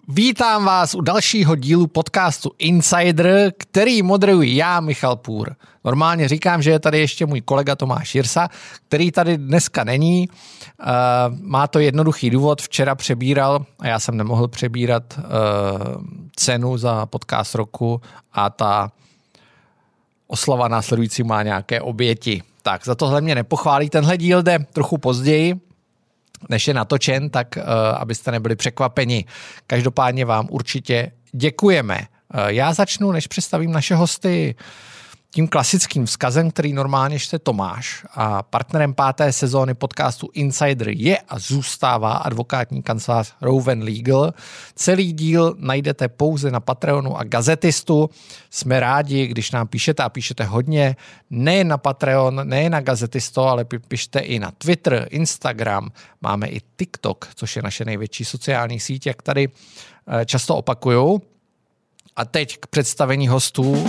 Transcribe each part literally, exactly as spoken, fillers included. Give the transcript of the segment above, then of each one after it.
Vítám vás u dalšího dílu podcastu Insider, který moderuji já, Michal Půr. Normálně říkám, že je tady ještě můj kolega Tomáš Jirsa, který tady dneska není. Má to jednoduchý důvod, včera přebíral, a já jsem nemohl přebírat cenu za podcast roku a ta oslava následující má nějaké oběti. Tak za tohle mě nepochválí, tenhle díl jde trochu později, než je natočen, tak uh, abyste nebyli překvapeni. Každopádně vám určitě děkujeme. Uh, já začnu, než představím naše hosty, tím klasickým vzkazem, který normálně čte Tomáš. A partnerem páté sezóny podcastu Insider je a zůstává advokátní kancelář Rowan Legal. Celý díl najdete pouze na Patreonu a Gazetistu. Jsme rádi, když nám píšete a píšete hodně. Nejen na Patreon, nejen na Gazetisto, ale pište i na Twitter, Instagram. Máme i TikTok, což je naše největší sociální síť, jak tady často opakuju. A teď k představení hostů.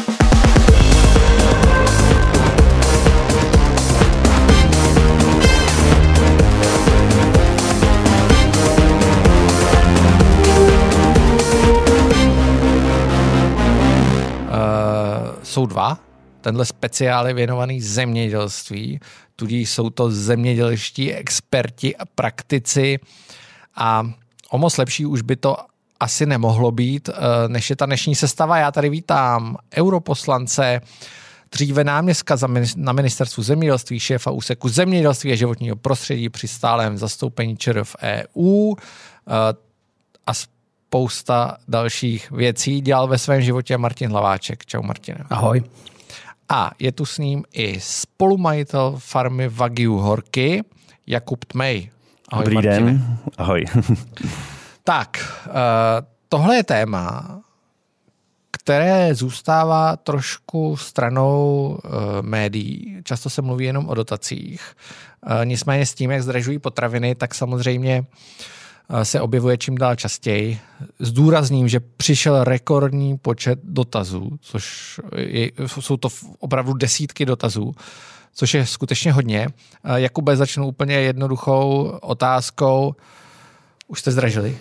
Jsou dva. Tenhle speciál je věnovaný zemědělství, tudíž jsou to zemědělští experti a praktici a o moc lepší už by to asi nemohlo být, než je ta dnešní sestava. Já tady vítám europoslance, dříve náměstka na ministerstvu zemědělství, šéfa úseku zemědělství a životního prostředí při stálém zastoupení ČR v E U a spousta dalších věcí dělal ve svém životě Martin Hlaváček. Čau Martine. Ahoj. A je tu s ním i spolumajitel farmy Wagyu Horky Jakub Tmej. Ahoj. Dobrý Martine. Den. Ahoj. Tak, tohle je téma, které zůstává trošku stranou médií. Často se mluví jenom o dotacích. Nicméně s tím, jak zdražují potraviny, tak samozřejmě se objevuje čím dál častěji. Zdůrazním, že přišel rekordní počet dotazů, což je, jsou to opravdu desítky dotazů, což je skutečně hodně. Jakube, začnu úplně jednoduchou otázkou. Už jste zdražili?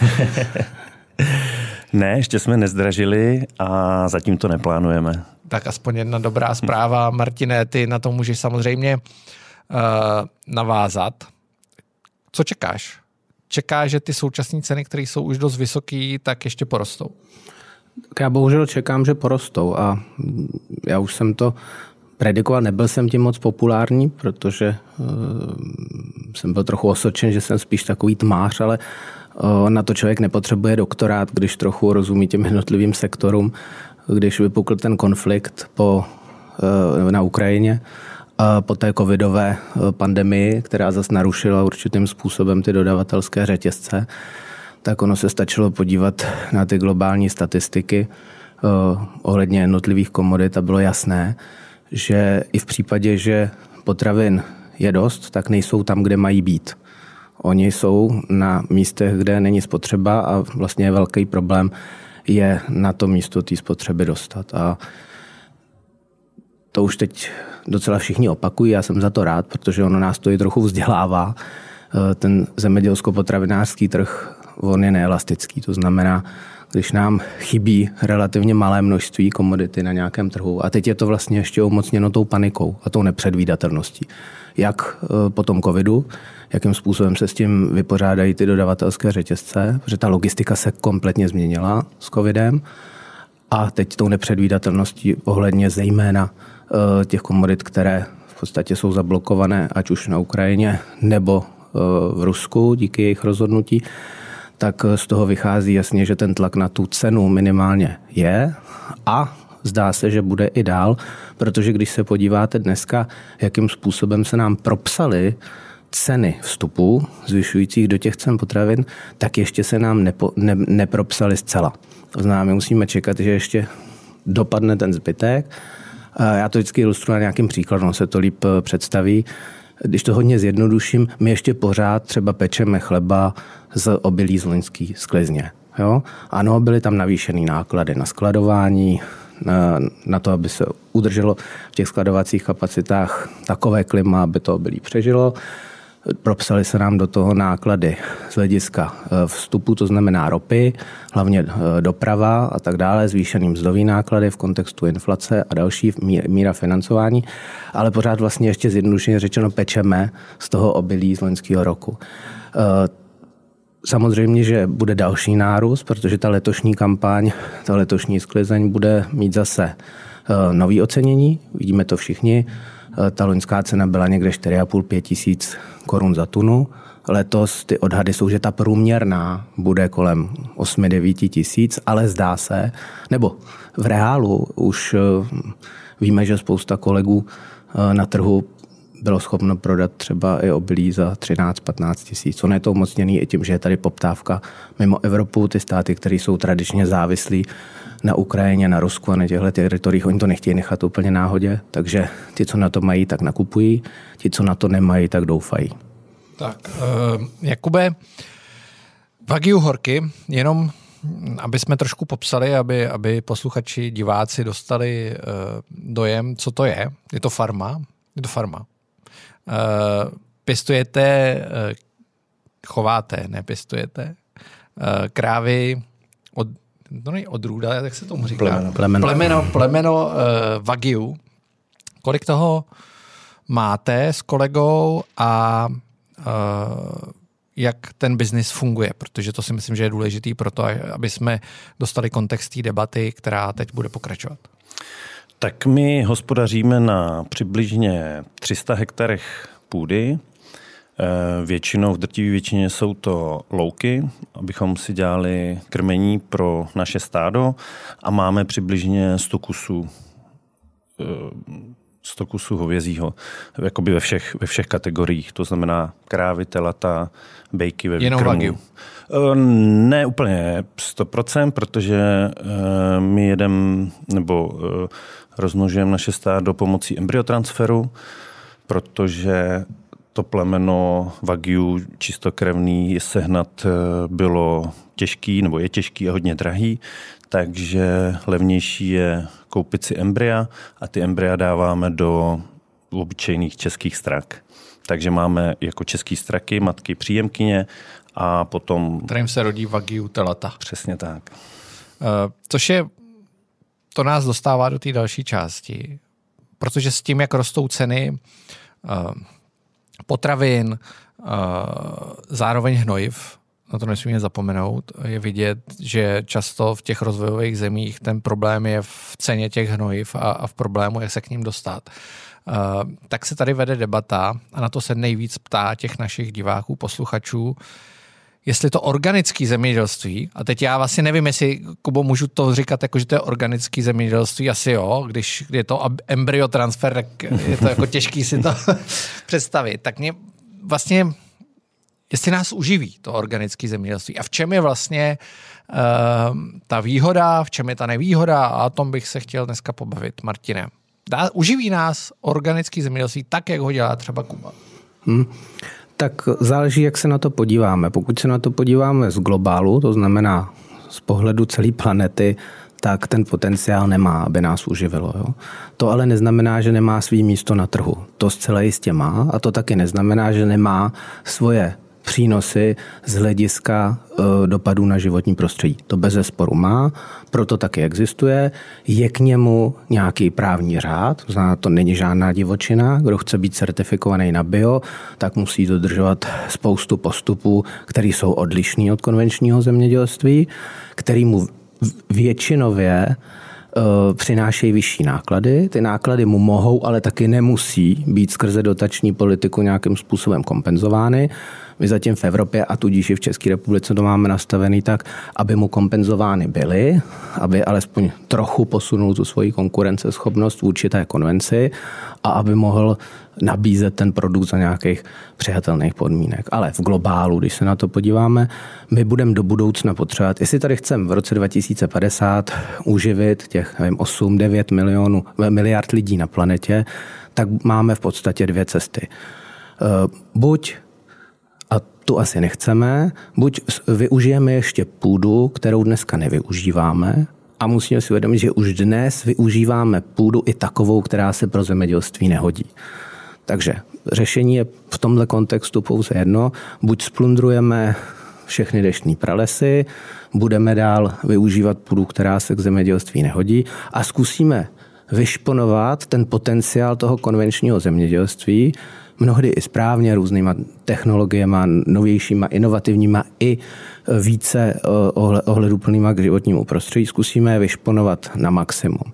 Ne, ještě jsme nezdražili a zatím to neplánujeme. Tak aspoň jedna dobrá zpráva. Martine, ty na to můžeš samozřejmě uh, navázat. Co čekáš? Čekáš, že ty současné ceny, které jsou už dost vysoké, tak ještě porostou? Tak já bohužel čekám, že porostou a já už jsem to predikoval, nebyl jsem tím moc populární, protože uh, jsem byl trochu osočen, že jsem spíš takový tmář, ale uh, na to člověk nepotřebuje doktorát, když trochu rozumí těm jednotlivým sektorům, když vypukl ten konflikt po, uh, na Ukrajině, po té covidové pandemii, která zase narušila určitým způsobem ty dodavatelské řetězce, tak ono se stačilo podívat na ty globální statistiky uh, ohledně jednotlivých komodit a bylo jasné, že i v případě, že potravin je dost, tak nejsou tam, kde mají být. Oni jsou na místech, kde není spotřeba a vlastně je velký problém je na to místo té spotřeby dostat. A to už teď docela všichni opakují, já jsem za to rád, protože ono nás to i trochu vzdělává. Ten zemědělsko-potravinářský trh, on je neelastický, to znamená, když nám chybí relativně malé množství komodity na nějakém trhu a teď je to vlastně ještě umocněno tou panikou a tou nepředvídatelností. Jak po tom covidu, jakým způsobem se s tím vypořádají ty dodavatelské řetězce, protože ta logistika se kompletně změnila s covidem a teď tou nepředvídatelností ohledně zejména těch komodit, které v podstatě jsou zablokované, ať už na Ukrajině nebo v Rusku díky jejich rozhodnutí, tak z toho vychází jasně, že ten tlak na tu cenu minimálně je a zdá se, že bude i dál, protože když se podíváte dneska, jakým způsobem se nám propsaly ceny vstupu zvyšujících do těch cen potravin, tak ještě se nám nepo, ne, nepropsaly zcela. To znamená, my musíme čekat, že ještě dopadne ten zbytek. Já to vždycky ilustruji na nějakým příkladem, se to líp představí. Když to hodně zjednoduším, my ještě pořád třeba pečeme chleba z obilí z loňský sklizně. Jo? Ano, byly tam navýšený náklady na skladování, na, na to, aby se udrželo v těch skladovacích kapacitách takové klima, aby to obilí přežilo. Propsaly se nám do toho náklady z hlediska vstupu, to znamená ropy, hlavně doprava a tak dále, zvýšený mzdový náklady v kontextu inflace a další míra financování, ale pořád vlastně ještě zjednodušeně řečeno pečeme z toho obilí z loňského roku. Samozřejmě, že bude další nárůst, protože ta letošní kampaň, ta letošní sklizeň bude mít zase nový ocenění, vidíme to všichni. Ta loňská cena byla někde čtyři a půl až pět tisíc korun za tunu. Letos ty odhady jsou, že ta průměrná bude kolem osm až devět tisíc, ale zdá se, nebo v reálu už víme, že spousta kolegů na trhu bylo schopno prodat třeba i obilí za třináct až patnáct tisíc. Ono je to umocněný i tím, že je tady poptávka mimo Evropu, ty státy, které jsou tradičně závislí na Ukrajině, na Rusku a na těchto teritoriích, oni to nechtějí nechat úplně náhodě, takže ti, co na to mají, tak nakupují, ti, co na to nemají, tak doufají. Tak, uh, Jakube, Wagyu horky, jenom aby jsme trošku popsali, aby, aby posluchači, diváci dostali uh, dojem, co to je. Je to farma? Je to farma. Uh, pěstujete, uh, chováte, nepěstujete uh, krávy od to není odrůda, jak se tomu říká? Plemeno. Plemeno, plemeno, plemeno uh, Wagyu. Kolik toho máte s kolegou a uh, jak ten biznis funguje? Protože to si myslím, že je důležitý pro to, aby jsme dostali kontext té debaty, která teď bude pokračovat. Tak my hospodaříme na přibližně tři sta hektarech půdy. Většinou, v drtivé většině jsou to louky, abychom si dělali krmení pro naše stádo a máme přibližně sto kusů, sto kusů hovězího, jakoby ve všech, ve všech kategoriích, to znamená krávy, telata, bejky ve výkrmu. Jenom Wagyu? Ne úplně sto procent, protože my jedeme nebo rozmnožujeme naše stádo pomocí embryotransferu, protože to plemeno Wagyu čistokrevný sehnat bylo těžký, nebo je těžký a hodně drahý, takže levnější je koupit si embrya a ty embrya dáváme do obyčejných českých strak. Takže máme jako český straky, matky příjemkyně a potom... Kterým se rodí Wagyu telata. Přesně tak. Uh, což je, to nás dostává do té další části, protože s tím, jak rostou ceny uh, potravin, zároveň hnojiv, na to nesmíme zapomenout, je vidět, že často v těch rozvojových zemích ten problém je v ceně těch hnojiv a v problému, jak se k ním dostat. Tak se tady vede debata a na to se nejvíc ptá těch našich diváků, posluchačů, jestli to organické zemědělství, a teď já vlastně nevím, jestli, Kubo, můžu to říkat jako, že to je organické zemědělství, asi jo, když je to embryotransfer, tak je to jako těžký si to představit. Tak mě vlastně, jestli nás uživí to organické zemědělství a v čem je vlastně uh, ta výhoda, v čem je ta nevýhoda a o tom bych se chtěl dneska pobavit, Martine. Dá, uživí nás organické zemědělství tak, jak ho dělá třeba Kuba? Hmm. Tak záleží, jak se na to podíváme. Pokud se na to podíváme z globálu, to znamená z pohledu celé planety, tak ten potenciál nemá, aby nás uživilo. Jo? To ale neznamená, že nemá svý místo na trhu. To zcela jistě má a to taky neznamená, že nemá svoje přínosy z hlediska e, dopadů na životní prostředí. To bezesporu má, proto taky existuje. Je k němu nějaký právní řád, to znamená, to není žádná divočina. Kdo chce být certifikovaný na bio, tak musí dodržovat spoustu postupů, které jsou odlišný od konvenčního zemědělství, který mu většinově přinášejí vyšší náklady. Ty náklady mu mohou, ale taky nemusí být skrze dotační politiku nějakým způsobem kompenzovány. My zatím v Evropě a tudíž i v České republice to máme nastavený tak, aby mu kompenzovány byly, aby alespoň trochu posunul tu svoji konkurenceschopnost vůči té konvenci a aby mohl nabízet ten produkt za nějakých přijatelných podmínek. Ale v globálu, když se na to podíváme, my budeme do budoucna potřebovat, jestli tady chceme v roce dva tisíce padesát uživit těch nevím, osm devět milionů, miliard lidí na planetě, tak máme v podstatě dvě cesty. Buď, a tu asi nechceme, buď využijeme ještě půdu, kterou dneska nevyužíváme, a musíme si uvědomit, že už dnes využíváme půdu i takovou, která se pro zemědělství nehodí. Takže řešení je v tomhle kontextu pouze jedno. Buď splundrujeme všechny deštní pralesy, budeme dál využívat půdu, která se k zemědělství nehodí a zkusíme vyšponovat ten potenciál toho konvenčního zemědělství, mnohdy i správně, různýma technologiemi, novějšíma, inovativníma i více ohleduplnýma k životnímu prostředí. Zkusíme je vyšponovat na maximum.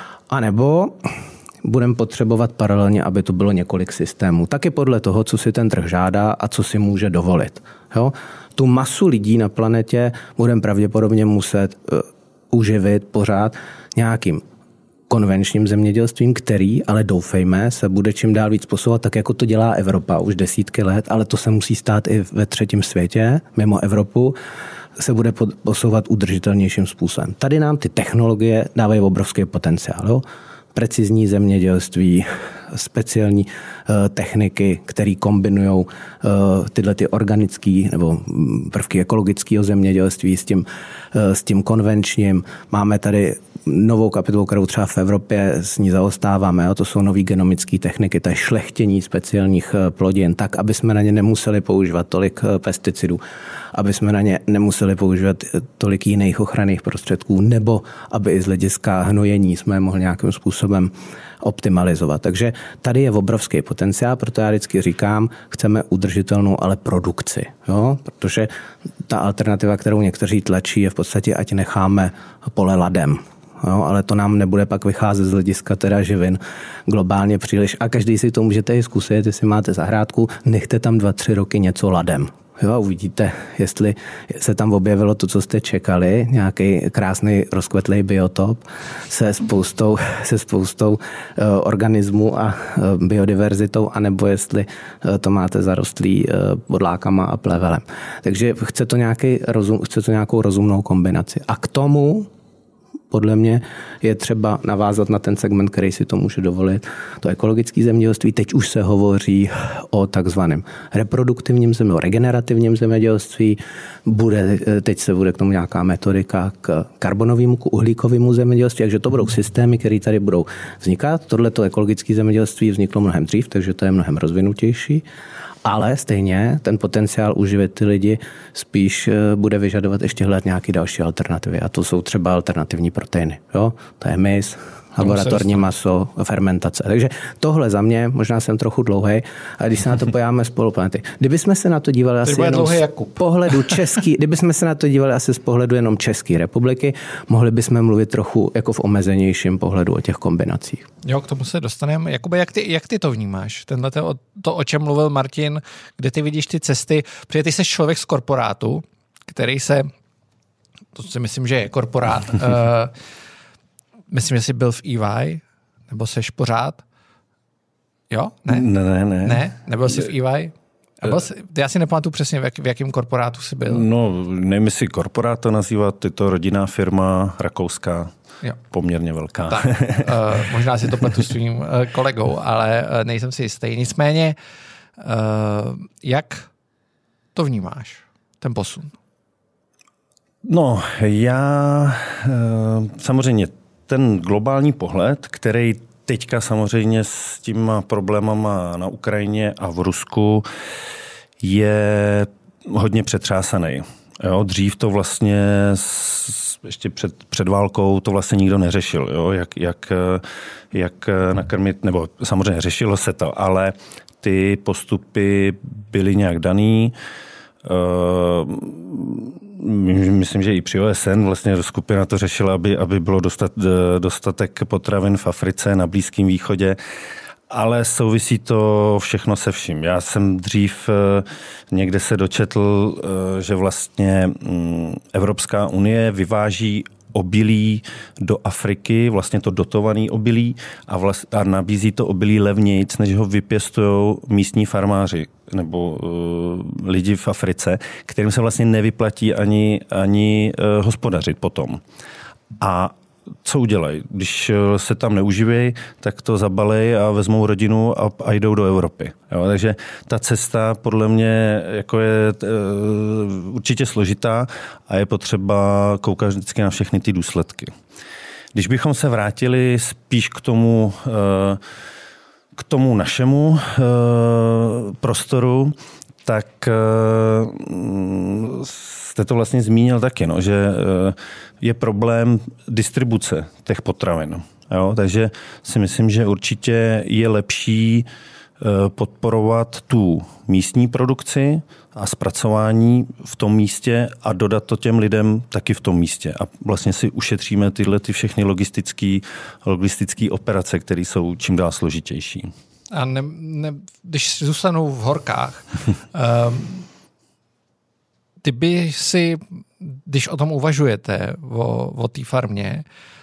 A nebo budeme potřebovat paralelně, aby to bylo několik systémů. Taky podle toho, co si ten trh žádá a co si může dovolit. Jo? Tu masu lidí na planetě budeme pravděpodobně muset uh, uživit pořád nějakým konvenčním zemědělstvím, který, ale doufejme, se bude čím dál víc posouvat, tak jako to dělá Evropa už desítky let, ale to se musí stát i ve třetím světě, mimo Evropu, se bude posouvat udržitelnějším způsobem. Tady nám ty technologie dávají obrovský potenciál. Jo? Precizní zemědělství, speciální uh, techniky, které kombinují uh, tyhle ty organické nebo prvky ekologického zemědělství s tím, uh, s tím konvenčním. Máme tady novou kapitolu, kterou třeba v Evropě s ní zaostáváme. Jo? To jsou nový genomické techniky, to je šlechtění speciálních plodin, tak, aby jsme na ně nemuseli používat tolik pesticidů, aby jsme na ně nemuseli používat tolik jiných ochranných prostředků, nebo aby i z hlediska hnojení jsme mohli nějakým způsobem optimalizovat. Takže tady je obrovský potenciál, proto já vždycky říkám, chceme udržitelnou, ale produkci. Jo? Protože ta alternativa, kterou někteří tlačí, je v podstatě, ať necháme pole ladem. Jo, ale to nám nebude pak vycházet z hlediska teda živin globálně příliš. A každý si to můžete i zkusit, jestli máte zahrádku, nechte tam dva, tři roky něco ladem. Jo, a uvidíte, jestli se tam objevilo to, co jste čekali, nějaký krásný rozkvetlý biotop se spoustou, se spoustou uh, organismů a uh, biodiverzitou, anebo jestli uh, to máte zarostlý uh, bodlákama a plevelem. Takže chce to, nějaký rozum, chce to nějakou rozumnou kombinaci. A k tomu podle mě je třeba navázat na ten segment, který si to může dovolit. To ekologické zemědělství, teď už se hovoří o takzvaném reproduktivním zemědělství, regenerativním zemědělství. Bude, teď se bude k tomu nějaká metodika k karbonovému, k uhlíkovému zemědělství, takže to budou systémy, které tady budou vznikat. Tohleto ekologické zemědělství vzniklo mnohem dřív, takže to je mnohem rozvinutější. Ale stejně ten potenciál uživit ty lidi spíš bude vyžadovat ještě hledat nějaké další alternativy. A to jsou třeba alternativní proteiny. Jo? To je mys, laboratorní maso, fermentace. Takže tohle za mě, možná jsem trochu dlouhej, a když se na to podíváme z pohledu, kdybychom se na to dívali asi jenom z pohledu český, kdybychom se na to dívali asi z pohledu jenom České republiky, mohli bychom mluvit trochu jako v omezenějším pohledu o těch kombinacích. Jo, k tomu se dostaneme. Jakube, jak ty, jak ty to vnímáš? Tenhle to, to, o čem mluvil Martin, kde ty vidíš ty cesty, protože ty jsi člověk z korporátu, který se, to si myslím, že je korporát, uh, myslím, že jsi byl v E Y, nebo seš pořád? Jo? Ne? Ne, ne, ne. Ne? Nebyl jsi v E Y? Jsi, já si nepamatuju přesně, v, jak, v jakém korporátu jsi byl. No, nevím, jestli korporát to nazývat, je to rodinná firma rakouská, jo. Poměrně velká. Tak, uh, možná si to pletu s tvým uh, kolegou, ale uh, nejsem si jistý. Nicméně, uh, jak to vnímáš, ten posun? No, já uh, samozřejmě ten globální pohled, který teďka samozřejmě s těma problémama na Ukrajině a v Rusku je hodně přetřásaný. Jo, dřív to vlastně s, ještě před, před válkou to vlastně nikdo neřešil, jo, jak, jak, jak nakrmit, nebo samozřejmě řešilo se to, ale ty postupy byly nějak daný. Uh, myslím, že i při O S N vlastně skupina to řešila, aby, aby bylo dostat, dostatek potravin v Africe, na Blízkém východě, ale souvisí to všechno se vším. Já jsem dřív někde se dočetl, že vlastně Evropská unie vyváží obilí do Afriky, vlastně to dotované obilí a, vlast, a nabízí to obilí levnějc, než ho vypěstují místní farmáři nebo uh, lidi v Africe, kterým se vlastně nevyplatí ani, ani uh, hospodařit potom. A co udělají? Když se tam neuživějí, tak to zabalej a vezmou rodinu a, a jdou do Evropy. Jo, takže ta cesta podle mě jako je uh, určitě složitá a je potřeba koukat vždycky na všechny ty důsledky. Když bychom se vrátili spíš k tomu uh, k tomu našemu e, prostoru, tak e, jste to vlastně zmínil taky, no, že e, je problém distribuce těch potravin. Jo? Takže si myslím, že určitě je lepší podporovat tu místní produkci a zpracování v tom místě a dodat to těm lidem taky v tom místě. A vlastně si ušetříme tyhle ty všechny logistické logistické operace, které jsou čím dál složitější. A ne, ne, když zůstanou v horkách, um, ty by si, když o tom uvažujete, o, o té farmě,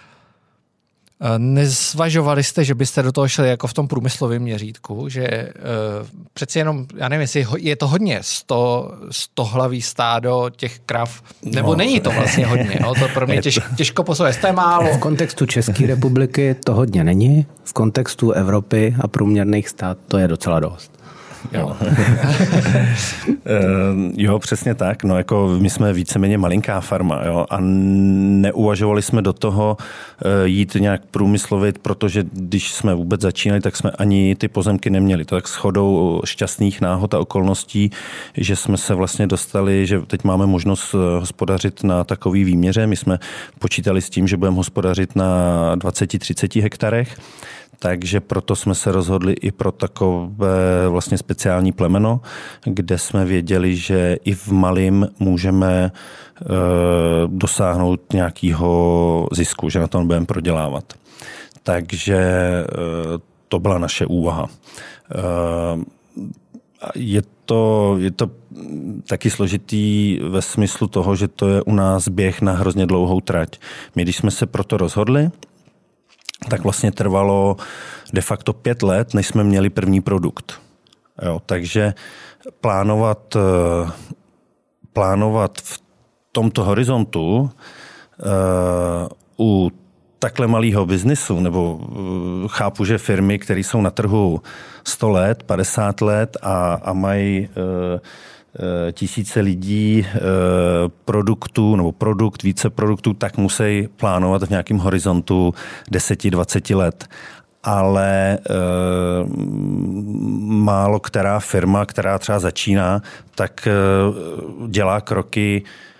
nezvažovali jste, že byste do toho šli jako v tom průmyslovém měřítku, že uh, přeci jenom, já nevím, jestli je to hodně sto, sto hlavý stádo těch krav, nebo no. Není to vlastně hodně, no? To pro mě těž, těžko posouvat, to je málo. V kontextu České republiky to hodně není, v kontextu Evropy a průměrných stát to je docela dost. Jo. Jo, přesně tak. No, jako my jsme víceméně malinká farma, jo, a neuvažovali jsme do toho jít nějak průmyslovit, protože když jsme vůbec začínali, tak jsme ani ty pozemky neměli. To tak shodou šťastných náhod a okolností, že jsme se vlastně dostali, že teď máme možnost hospodařit na takový výměře. My jsme počítali s tím, že budeme hospodařit na dvacet třicet hektarech. Takže proto jsme se rozhodli i pro takové vlastně speciální plemeno, kde jsme věděli, že i v malém můžeme e, dosáhnout nějakého zisku, že na tom budeme prodělávat. Takže e, to byla naše úvaha. E, je to, je to taky složitý ve smyslu toho, že to je u nás běh na hrozně dlouhou trať. My, když jsme se proto rozhodli, tak vlastně trvalo de facto pět let, než jsme měli první produkt. Jo, takže plánovat, plánovat v tomto horizontu uh, u takhle malého biznisu, nebo uh, chápu, že firmy, které jsou na trhu sto let, padesát let a, a mají uh, tisíce lidí, produktů nebo produkt, více produktů, tak musí plánovat v nějakém horizontu deset dvacet let. Ale e, málo která firma, která třeba začíná, tak e, dělá kroky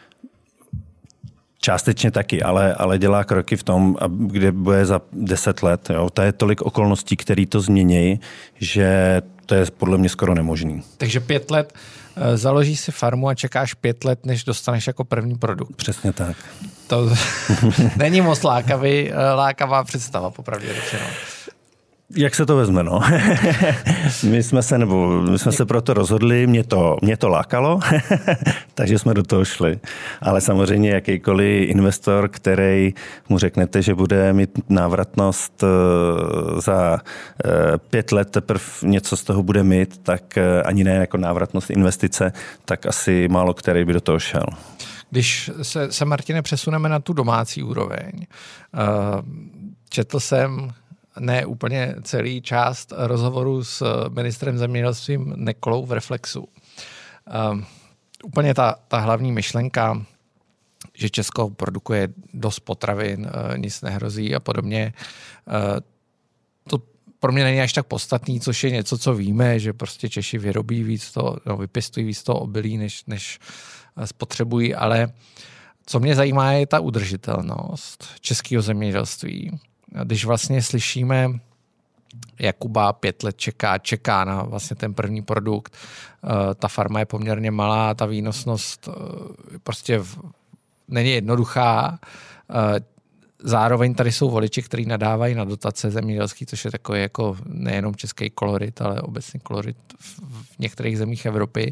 částečně taky, ale, ale dělá kroky v tom, kde bude za deset let. Jo. To je tolik okolností, které to změní, že to je podle mě skoro nemožný. Takže pět let založíš si farmu a čekáš pět let, než dostaneš jako první produkt. Přesně tak. To není moc lákavý, lákavá představa, popravdě řečeno. Jak se to vezme, no? my jsme se, nebo my jsme se proto rozhodli, mě to, mě to lákalo, takže jsme do toho šli. Ale samozřejmě jakýkoliv investor, který mu řeknete, že bude mít návratnost za pět let, teprve něco z toho bude mít, tak ani ne jako návratnost investice, tak asi málo který by do toho šel. Když se, se Martine, přesuneme na tu domácí úroveň, četl jsem ne úplně celý část rozhovoru s ministrem zemědělství Nekolou v Reflexu. Uh, úplně ta, ta hlavní myšlenka, že Česko produkuje dost potravin, uh, nic nehrozí a podobně, uh, to pro mě není až tak podstatný, což je něco, co víme, že prostě Češi vyrobí víc toho, no, vypěstují víc toho obilí, než, než spotřebují, ale co mě zajímá, je ta udržitelnost českého zemědělství. Když vlastně slyšíme, Jakuba pět let čeká, čeká na vlastně ten první produkt, ta farma je poměrně malá, ta výnosnost prostě není jednoduchá. Zároveň tady jsou voliči, kteří nadávají na dotace zemědělský, což je takový jako nejenom český kolorit, ale obecně kolorit v některých zemích Evropy.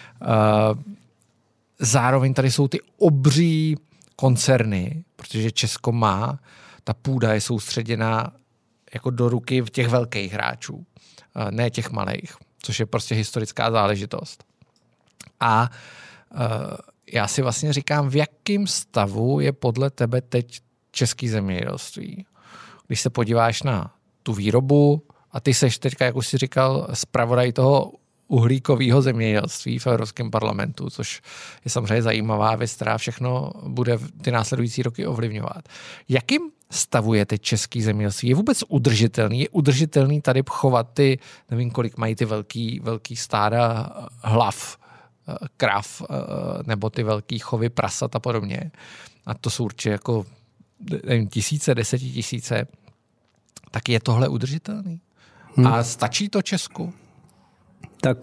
Zároveň tady jsou ty obří koncerny, protože Česko má, ta půda je soustředěná jako do ruky v těch velkých hráčů, ne těch malých, což je prostě historická záležitost. A uh, já si vlastně říkám, v jakém stavu je podle tebe teď český zemědělství. Když se podíváš na tu výrobu a ty seš teďka, jak už jsi říkal, zpravodaj toho uhlíkového zemědělství v Evropském parlamentu, což je samozřejmě zajímavá věc, která všechno bude ty následující roky ovlivňovat. Jakým stavuje teď český zemědělství? Je vůbec udržitelný? Je udržitelný tady chovat ty, nevím, kolik mají ty velký, velký stáda hlav, krav, nebo ty velký chovy prasat a podobně. A to jsou určitě jako nevím, tisíce, desetitisíce. Tak je tohle udržitelný? Hmm. A stačí to Česku? Tak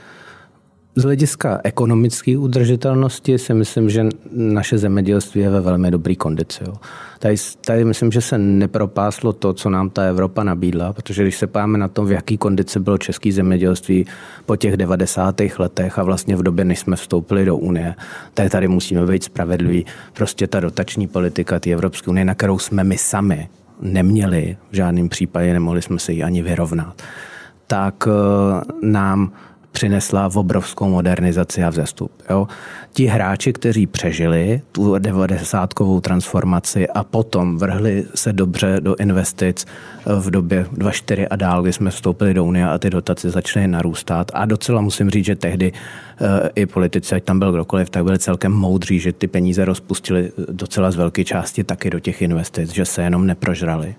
z hlediska ekonomické udržitelnosti si myslím, že naše zemědělství je ve velmi dobré kondici. Jo. Tady, tady myslím, že se nepropáslo to, co nám ta Evropa nabídla, protože když se páme na tom, v jaký kondici bylo české zemědělství po těch devadesátých letech a vlastně v době, než jsme vstoupili do Unie, tak tady musíme být spravedliví. Prostě ta dotační politika té Evropské unie, na kterou jsme my sami neměli, v žádném případě nemohli jsme se ji ani vyrovnat, tak nám přinesla v obrovskou modernizaci a vzestup. Jo. Ti hráči, kteří přežili tu devadesátkovou transformaci a potom vrhli se dobře do investic v době dva tisíce čtyři a dál, kdy jsme vstoupili do Unie a ty dotace začaly narůstat. A docela musím říct, že tehdy e, i politici, ať tam byl kdokoliv, tak byli celkem moudří, že ty peníze rozpustili docela z velké části taky do těch investic, že se jenom neprožrali.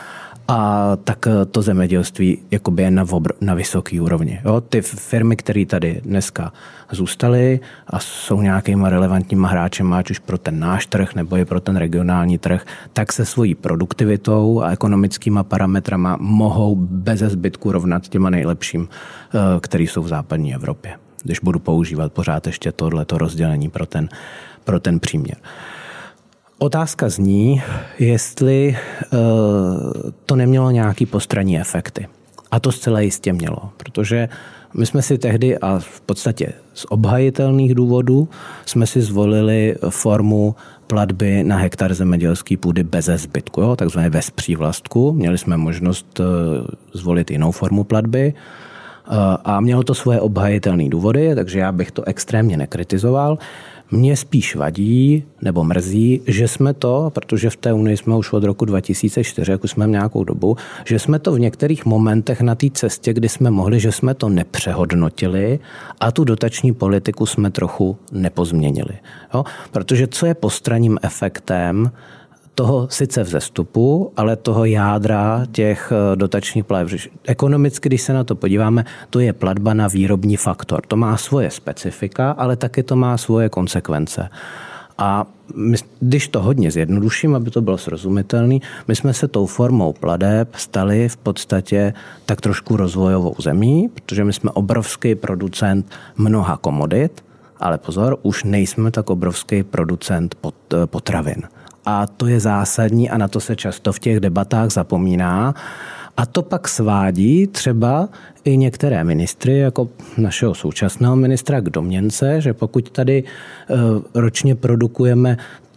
A tak to zemědělství jakoby je na, obr- na vysoký úrovni. Jo? Ty firmy, které tady dneska zůstaly a jsou nějakýma relevantníma hráčem, ať už pro ten náš trh nebo i pro ten regionální trh, tak se svojí produktivitou a ekonomickýma parametrama mohou bez zbytku rovnat těma nejlepším, který jsou v západní Evropě. Když budu používat pořád ještě tohleto rozdělení pro ten, pro ten příměr. Otázka zní, jestli uh, to nemělo nějaký postranní efekty. A to zcela jistě mělo, protože my jsme si tehdy, a v podstatě z obhajitelných důvodů, jsme si zvolili formu platby na hektar zemědělské půdy bez zbytku, jo, takzvané bez přívlastku. Měli jsme možnost uh, zvolit jinou formu platby uh, a mělo to svoje obhajitelné důvody, takže já bych to extrémně nekritizoval. Mně spíš vadí nebo mrzí, že jsme to, protože v té Unii jsme už od roku dva tisíce čtyři, jak už jsme nějakou dobu, že jsme to v některých momentech na té cestě, kdy jsme mohli, že jsme to nepřehodnotili a tu dotační politiku jsme trochu nepozměnili. Jo? Protože co je postranním efektem toho sice vzestupu, ale toho jádra těch dotačních plateb. Ekonomicky, když se na to podíváme, to je platba na výrobní faktor. To má svoje specifika, ale taky to má svoje konsekvence. A my, když to hodně zjednoduším, aby to bylo srozumitelné, my jsme se tou formou plateb stali v podstatě tak trošku rozvojovou zemí, protože my jsme obrovský producent mnoha komodit, ale pozor, už nejsme tak obrovský producent pot, potravin. A to je zásadní a na to se často v těch debatách zapomíná. A to pak svádí třeba i některé ministry, jako našeho současného ministra k domněnce, že pokud tady ročně produkujeme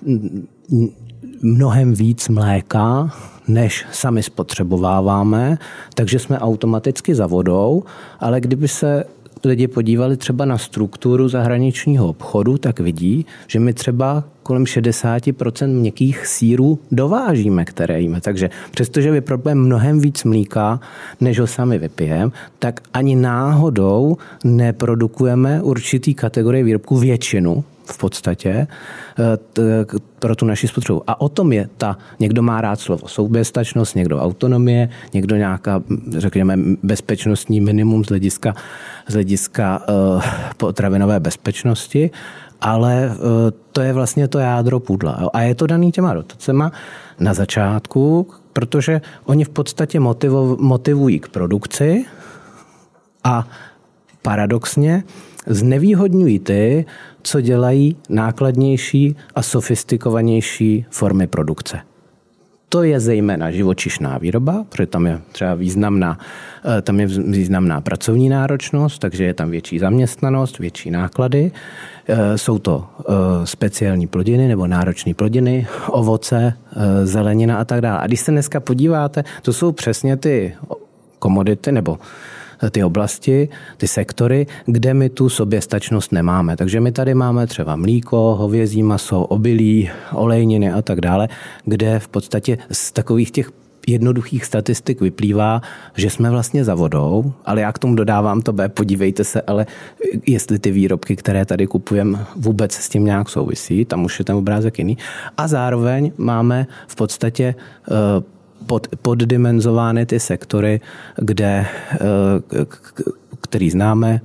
mnohem víc mléka, než sami spotřebováváme, takže jsme automaticky za vodou, ale kdyby se lidi podívali třeba na strukturu zahraničního obchodu, tak vidí, že my třeba kolem šedesát procent měkkých sýrů dovážíme, které jíme. Takže přestože vyprodukujeme mnohem víc mlíka, než ho sami vypijeme, tak ani náhodou neprodukujeme určitý kategorie výrobků, většinu v podstatě pro tu naši spotřebu. A o tom je ta, někdo má rád slovo soběstačnost, někdo autonomie, někdo nějaká, řekněme, bezpečnostní minimum z hlediska, z hlediska uh, potravinové bezpečnosti, ale uh, to je vlastně to jádro pudla. A je to daný těma dotacema na začátku, protože oni v podstatě motivo, motivují k produkci a paradoxně znevýhodňují ty, co dělají nákladnější a sofistikovanější formy produkce. To je zejména živočišná výroba, protože tam je třeba významná, tam je významná pracovní náročnost, takže je tam větší zaměstnanost, větší náklady. Jsou to speciální plodiny nebo náročné plodiny, ovoce, zelenina a tak dále. A když se dneska podíváte, to jsou přesně ty komodity nebo ty oblasti, ty sektory, kde my tu soběstačnost nemáme. Takže my tady máme třeba mlíko, hovězí maso, obilí, olejniny a tak dále, kde v podstatě z takových těch jednoduchých statistik vyplývá, že jsme vlastně za vodou, ale já k tomu dodávám to B, podívejte se, ale jestli ty výrobky, které tady kupujeme, vůbec s tím nějak souvisí, tam už je ten obrázek jiný. A zároveň máme v podstatě pod, poddimenzovány ty sektory, kde, který známe,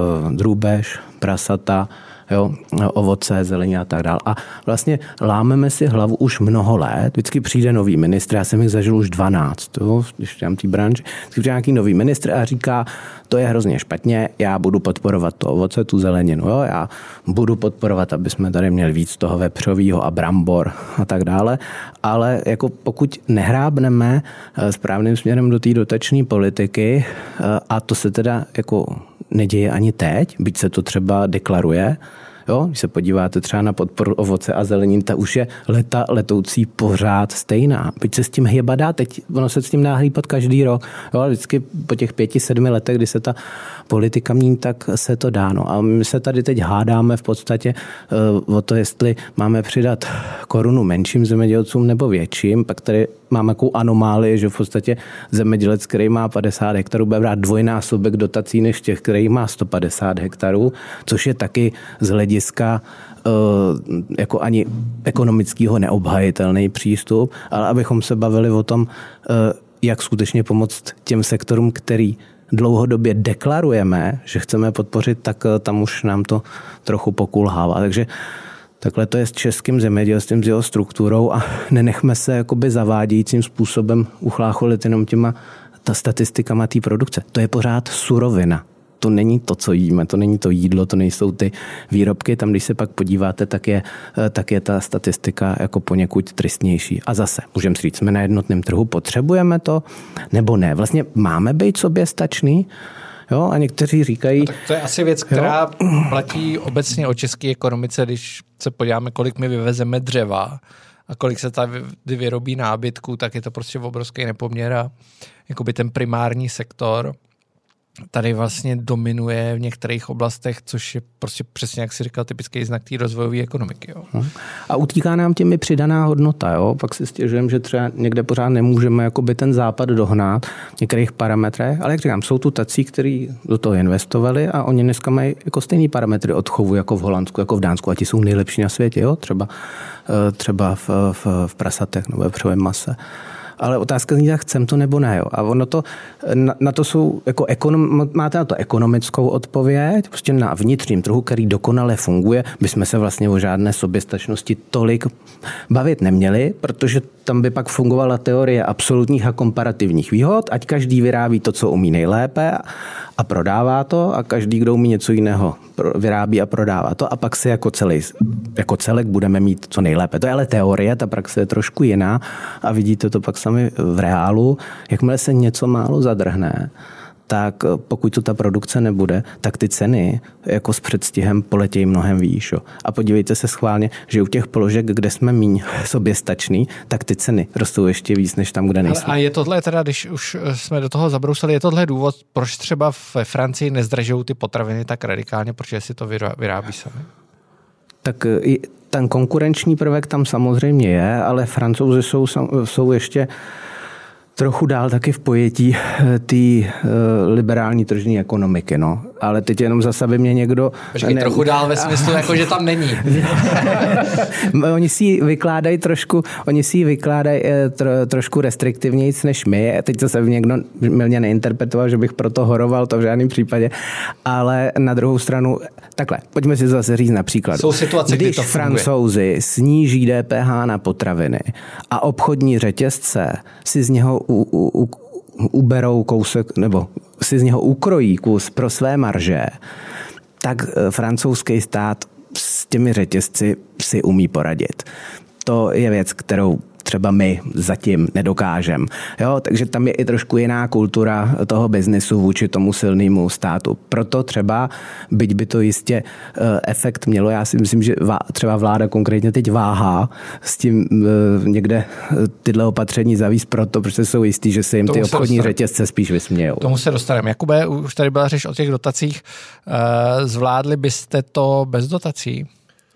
drůbež, prasata, jo, ovoce, zeleně a tak dále. A vlastně lámeme si hlavu už mnoho let. Vždycky přijde nový ministr, já jsem jich zažil už dvanáct, jo, když dělám té branži. Vždycky přijde nějaký nový ministr a říká, to je hrozně špatně, já budu podporovat to ovoce, tu zeleninu, jo, já budu podporovat, aby jsme tady měli víc toho vepřového a brambor a tak dále. Ale jako pokud nehrábneme správným směrem do té dotační politiky, a to se teda jako neděje ani teď, byť se to třeba deklaruje. Jo, když se podíváte třeba na podporu ovoce a zelenin, ta už je leta letoucí pořád stejná. Byť se s tím hýba, teď ono se s tím dá hýbat každý rok. Jo, vždycky po těch pěti, sedmi letech, kdy se ta politika mění, tak se to dá. No. A my se tady teď hádáme v podstatě uh, o to, jestli máme přidat korunu menším zemědělcům nebo větším. Pak tady máme takovou anomálii, že v podstatě zemědělec, který má padesát hektarů, bude brát dvojnásobek dotací než těch, který má sto padesát hektarů, což je taky z hlediska uh, jako ani ekonomického neobhajitelný přístup, ale abychom se bavili o tom, uh, jak skutečně pomoct těm sektorům, který dlouhodobě deklarujeme, že chceme podpořit, tak uh, tam už nám to trochu pokulhává. Takže takhle to je s českým zemědělstvím, s jeho strukturou a nenechme se jakoby zavádějícím způsobem uchlácholit jenom těma ta statistikama té produkce. To je pořád surovina. To není to, co jíme, to není to jídlo, to nejsou ty výrobky. Tam, když se pak podíváte, tak je, tak je ta statistika jako poněkud tristnější. A zase, můžeme říct, jsme na jednotném trhu, potřebujeme to, nebo ne? Vlastně máme být soběstačný? Jo, a někteří říkají... No, tak to je asi věc, která jo? platí obecně o české ekonomice, když se podíváme, kolik my vyvezeme dřeva a kolik se tady vyrobí nábytku, tak je to prostě obrovský nepoměr a jakoby ten primární sektor tady vlastně dominuje v některých oblastech, což je prostě přesně, jak si říkal, typický znak té rozvojové ekonomiky. Jo. A utíká nám tím i přidaná hodnota. Jo? Pak si stěžujeme, že třeba někde pořád nemůžeme jakoby ten západ dohnat v některých parametrech, ale jak říkám, jsou tu tací, kteří do toho investovali a oni dneska mají jako stejný parametry odchovu jako v Holandsku, jako v Dánsku a ti jsou nejlepší na světě, jo? Třeba, třeba v, v, v prasatech nebo v vepřovém mase. Ale otázka zní, tak chcem to nebo ne. Jo. A ono to, na, na to jsou, jako ekonom, máte na to ekonomickou odpověď, prostě na vnitřním trhu, který dokonale funguje, bychom se vlastně o žádné soběstačnosti tolik bavit neměli, protože tam by pak fungovala teorie absolutních a komparativních výhod, ať každý vyrábí to, co umí nejlépe a prodává to a každý, kdo umí něco jiného, vyrábí a prodává to a pak si jako, celý, jako celek budeme mít co nejlépe. To je ale teorie, ta praxe je trošku jiná a vidíte to pak sami v reálu. Jakmile se něco málo zadrhne, tak pokud tu ta produkce nebude, tak ty ceny jako s předstihem poletějí mnohem výš. Jo. A podívejte se schválně, že u těch položek, kde jsme míň soběstační, tak ty ceny rostou ještě víc, než tam, kde nejsme. A je tohle teda, když už jsme do toho zabrousili, je tohle důvod, proč třeba ve Francii nezdražují ty potraviny tak radikálně, protože si to vyrábí sami? Tak ten konkurenční prvek tam samozřejmě je, ale Francouzi jsou, jsou ještě trochu dál taky v pojetí té liberální tržní ekonomiky, no. Ale teď jenom zase by mě někdo... Počkej, ne... trochu dál ve smyslu, jako že tam není. Oni si ji vykládají trošku, oni si ji vykládají tro, trošku restriktivnějc než my. Teď to se někdo milně neinterpretoval, že bych proto horoval, to v žádném případě. Ale na druhou stranu, takhle, pojďme si zase říct například. Jsou situace, když to Francouzi sníží D P H na potraviny a obchodní řetězce si z něho u, u, u, uberou kousek, nebo si z něho ukrojí kus pro své marže, tak francouzský stát s těmi řetězci si umí poradit. To je věc, kterou třeba my zatím nedokážeme. Jo, takže tam je i trošku jiná kultura toho biznesu vůči tomu silnému státu. Proto třeba, byť by to jistě efekt mělo, já si myslím, že třeba vláda konkrétně teď váhá s tím někde tyhle opatření zavíst proto, protože jsou jistí, že se jim ty obchodní řetězce spíš vysmějou. Tomu se dostaneme. Jakube, už tady byla řeč o těch dotacích. Zvládli byste to bez dotací?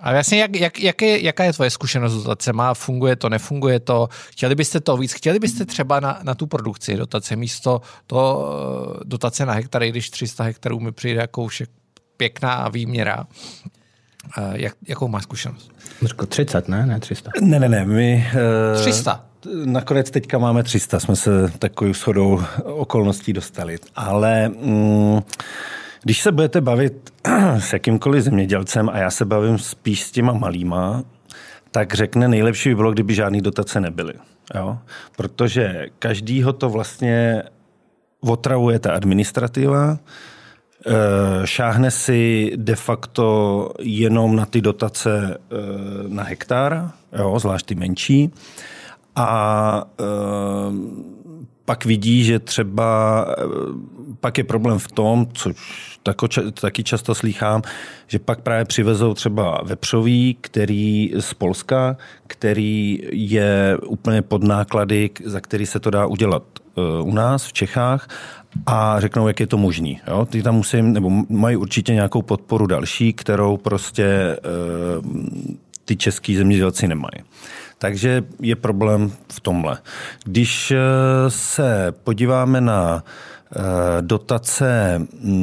A vlastně, jak, jak, jak je, jaká je tvoje zkušenost s dotacema? Funguje to, nefunguje to? Chtěli byste to víc? Chtěli byste třeba na, na tu produkci dotace místo to dotace na hektary, když tři sta hektarů mi přijde jako však pěkná výměra. Jak, jakou máš zkušenost? Řekl třicet, ne? Ne tři sta. Ne, ne, ne. My, tři sta. Nakonec teďka máme tři sta. Jsme se takovou shodou okolností dostali. Ale mm, když se budete bavit s jakýmkoliv zemědělcem, a já se bavím spíš s těma malýma, tak řekne, nejlepší by bylo, kdyby žádný dotace nebyly. Jo? Protože každýho to vlastně otravuje ta administrativa, šáhne si de facto jenom na ty dotace na hektar, jo, zvlášť ty menší, a e, pak vidí, že třeba pak je problém v tom, což taky často slýchám, že pak právě přivezou třeba vepřový, který z Polska, který je úplně pod náklady, za který se to dá udělat u nás v Čechách, a řeknou, jak je to možný. Jo? Ty tam musí, nebo mají určitě nějakou podporu další, kterou prostě e, ty český zemědělci nemají. Takže je problém v tomhle. Když se podíváme na dotace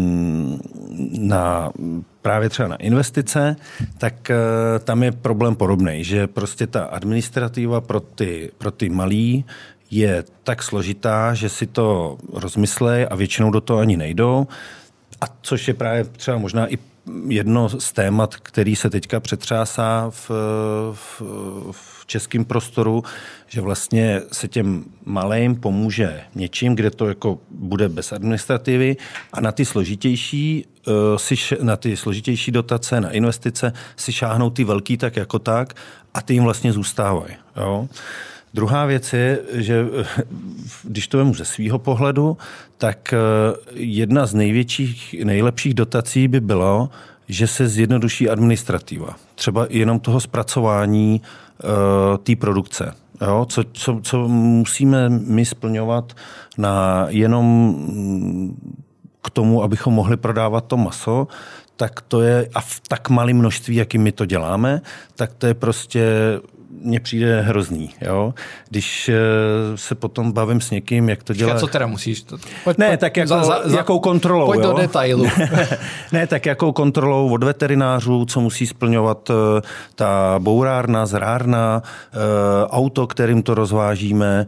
na právě třeba na investice, tak tam je problém podobný, že prostě ta administrativa pro ty, pro ty malý je tak složitá, že si to rozmyslej a většinou do toho ani nejdou. A což je právě třeba možná i jedno z témat, který se teďka přetřásá v, v, v českém prostoru, že vlastně se těm malým pomůže něčím, kde to jako bude bez administrativy, a na ty složitější, na ty složitější dotace, na investice si šáhnou ty velký tak jako tak a ty jim vlastně zůstávají. Jo? Druhá věc je, že když to vemu ze svýho pohledu, tak jedna z největších, nejlepších dotací by bylo, že se zjednoduší administrativa. Třeba jenom toho zpracování uh, té produkce. Jo? Co, co, co musíme my splňovat na jenom k tomu, abychom mohli prodávat to maso, tak to je, a v tak malém množství, jakým my to děláme, tak to je prostě, mně přijde hrozný. Jo? Když se potom bavím s někým, jak to dělá... Co teda musíš? To... Pojď, ne, pojď, tak jako, za, za, jakou kontrolou. Pojď jo? do detailu. Ne, tak jakou kontrolou od veterinářů, co musí splňovat ta bourárna, zrárna, auto, kterým to rozvážíme,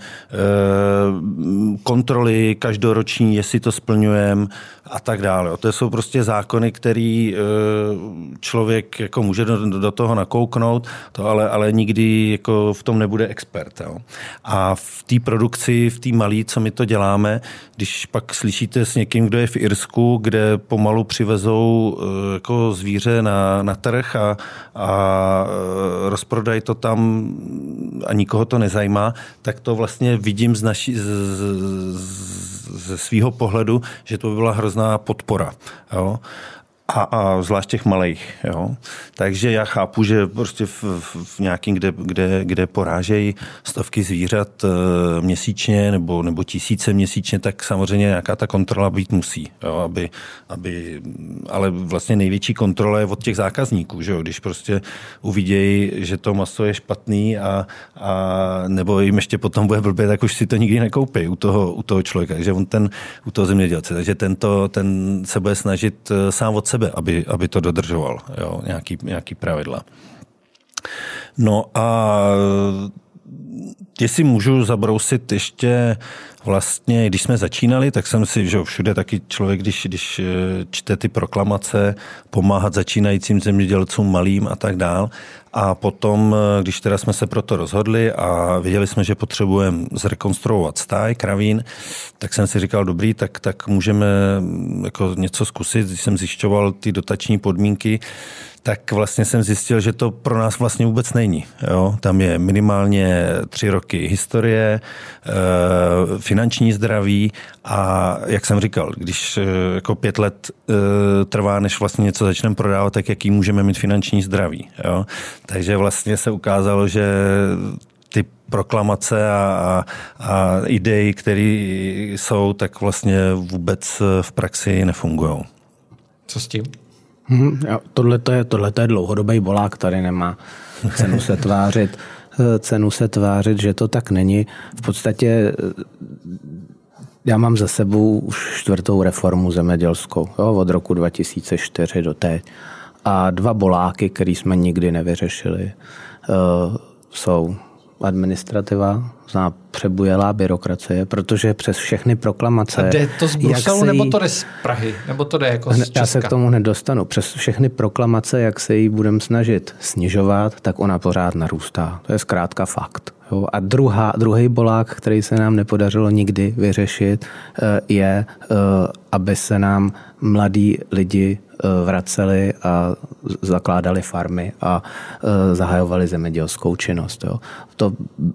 kontroly každoroční, jestli to splňujeme a tak dále. To jsou prostě zákony, který člověk jako může do, do toho nakouknout, to ale, ale nikdy jako v tom nebude expert. Jo. A v té produkci, v té malé, co my to děláme, když pak slyšíte s někým, kdo je v Irsku, kde pomalu přivezou jako zvíře na, na trh a, a rozprodají to tam a nikoho to nezajímá, tak to vlastně vidím z naší, z, z, ze svýho pohledu, že to by byla hrozná podpora. Jo. A, a zvlášť těch malých. Jo. Takže já chápu, že prostě v, v nějakým, kde, kde, kde porážejí stovky zvířat e, měsíčně nebo, nebo tisíce měsíčně, tak samozřejmě nějaká ta kontrola být musí. Jo, aby, aby, ale vlastně největší kontrola je od těch zákazníků. Že jo. Když prostě uvidějí, že to maso je špatný a, a nebo jim ještě potom bude blbě, tak už si to nikdy nekoupí u toho, u toho člověka. Takže on ten, u toho zemědělce. Takže tento, ten se bude snažit sám od sebe, aby, aby to dodržoval, jo, nějaký, nějaký pravidla. No a jestli můžu zabrousit ještě vlastně, když jsme začínali, tak jsem si, že všude taky člověk, když, když čte ty proklamace, pomáhat začínajícím zemědělcům, malým a tak dál. A potom, když teda jsme se pro to rozhodli a viděli jsme, že potřebujeme zrekonstruovat stáj, kravín, tak jsem si říkal, dobrý, tak, tak můžeme jako něco zkusit. Když jsem zjišťoval ty dotační podmínky, tak vlastně jsem zjistil, že to pro nás vlastně vůbec není. Jo? Tam je minimálně tři roky historie, finanční zdraví a jak jsem říkal, když jako pět let trvá, než vlastně něco začneme prodávat, tak jaký můžeme mít finanční zdraví. Jo? Takže vlastně se ukázalo, že ty proklamace a, a, a idei, které jsou, tak vlastně vůbec v praxi nefungují. Co s tím? Hmm, tohle je, tohleto je dlouhodobý bolák, tady nemá cenu se tvářit, cenu se tvářit, že to tak není. V podstatě já mám za sebou už čtvrtou reformu zemědělskou, jo, od roku dva tisíce čtyři do teď. A dva boláky, které jsme nikdy nevyřešili, jsou administrativa, zná přebujelá byrokracie, protože přes všechny proklamace... A jde to z Bruselu, nebo to jde z Prahy? Nebo to jde jako z Česka? Já se k tomu nedostanu. Přes všechny proklamace, jak se jí budeme snažit snižovat, tak ona pořád narůstá. To je zkrátka fakt. Jo? A druhá, druhý bolák, který se nám nepodařilo nikdy vyřešit, je, aby se nám mladí lidi vraceli a zakládali farmy a zahajovali zemědělskou činnost. Jo. To,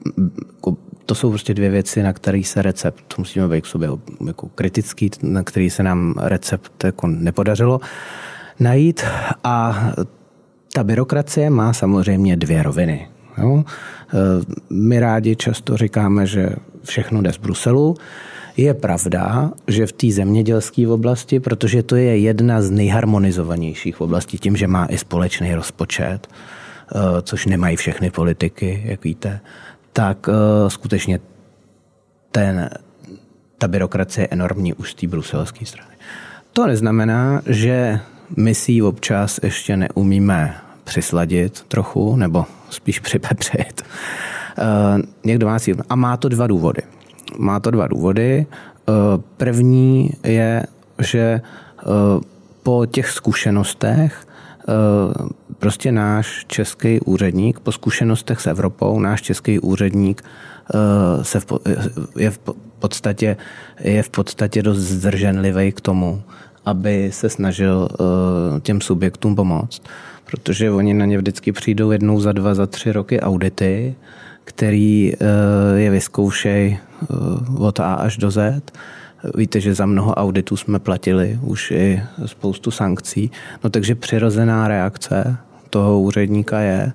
to jsou prostě dvě věci, na které se recept, musíme být k sobě jako kritický, na který se nám recept jako nepodařilo najít. A ta byrokracie má samozřejmě dvě roviny. Jo. My rádi často říkáme, že všechno jde z Bruselu. Je pravda, že v té zemědělské oblasti, protože to je jedna z nejharmonizovanějších oblastí, tím, že má i společný rozpočet, což nemají všechny politiky, jak víte, tak skutečně ten, ta byrokracie je enormní už z té bruselské strany. To neznamená, že my si ji občas ještě neumíme přisladit trochu, nebo spíš připepřit. Někdo má si... A má to dva důvody. Má to dva důvody. První je, že po těch zkušenostech prostě náš český úředník, po zkušenostech s Evropou, náš český úředník se v, je, v podstatě, je v podstatě dost zdrženlivý k tomu, aby se snažil těm subjektům pomoct. Protože oni na ně vždycky přijdou jednou za dva, za tři roky audity, který je vyzkoušej od A až do Z. Víte, že za mnoho auditů jsme platili už i spoustu sankcí. No takže přirozená reakce toho úředníka je,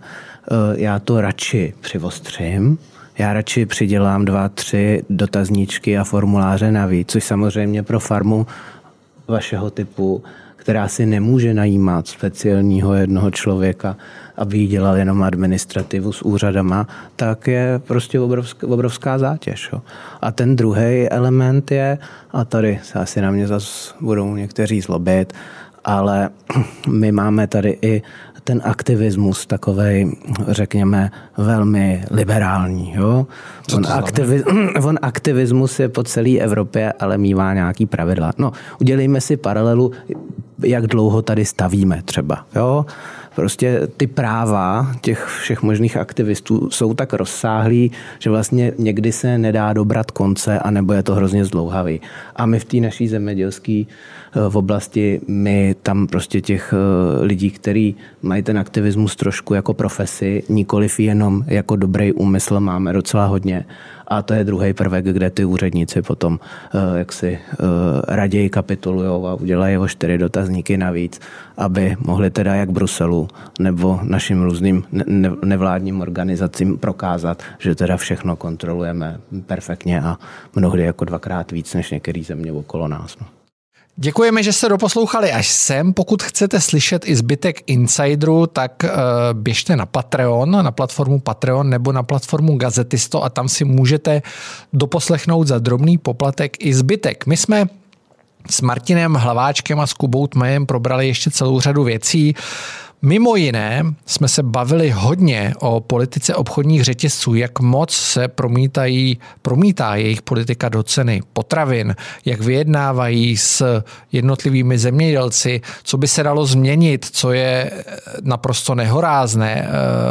já to radši přivostřím, já radši přidělám dva, tři dotazníčky a formuláře navíc, což samozřejmě pro farmu vašeho typu, která si nemůže najímat speciálního jednoho člověka, aby jí dělal jenom administrativu s úřadama, tak je prostě obrovská, obrovská zátěž. Jo. A ten druhý element je, a tady se asi na mě zase budou někteří zlobit, ale my máme tady i ten aktivismus takovej, řekněme, velmi liberální. Jo? On, aktivi- on aktivismus je po celé Evropě, ale mívá nějaký pravidla. No, udělejme si paralelu, jak dlouho tady stavíme třeba. Jo? Prostě ty práva těch všech možných aktivistů jsou tak rozsáhlý, že vlastně někdy se nedá dobrat konce, anebo je to hrozně zdlouhavý. A my v té naší zemědělské v oblasti, my tam prostě těch lidí, kteří mají ten aktivismus trošku jako profesi, nikoliv jenom jako dobrý úmysl, máme docela hodně. A to je druhý prvek, kde ty úředníci potom jak si raději kapitulujou a udělají o čtyři dotazníky navíc, aby mohli teda jak Bruselu nebo našim různým nevládním organizacím prokázat, že teda všechno kontrolujeme perfektně a mnohdy jako dvakrát víc než některý země okolo nás. No. Děkujeme, že jste doposlouchali až sem. Pokud chcete slyšet i zbytek Insideru, tak uh, běžte na Patreon, na platformu Patreon nebo na platformu Gazetisto a tam si můžete doposlechnout za drobný poplatek i zbytek. My jsme s Martinem Hlaváčkem a s Kubou Tmejem probrali ještě celou řadu věcí. Mimo jiné jsme se bavili hodně o politice obchodních řetězců, jak moc se promítají, promítá jejich politika do ceny potravin, jak vyjednávají s jednotlivými zemědělci, co by se dalo změnit, co je naprosto nehorázné,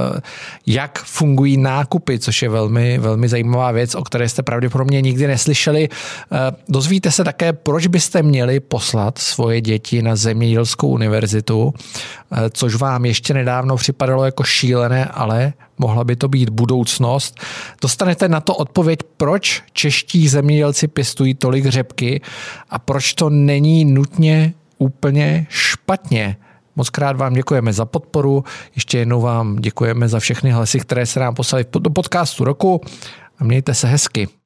jak fungují nákupy, což je velmi, velmi zajímavá věc, o které jste pravděpodobně nikdy neslyšeli. Dozvíte se také, proč byste měli poslat svoje děti na zemědělskou univerzitu, což vám ještě nedávno připadalo jako šílené, ale mohla by to být budoucnost. Dostanete na to odpověď, proč čeští zemědělci pěstují tolik řepky a proč to není nutně úplně špatně. Moc krát vám děkujeme za podporu, ještě jednou vám děkujeme za všechny hlasy, které se nám poslali do podcastu roku a mějte se hezky.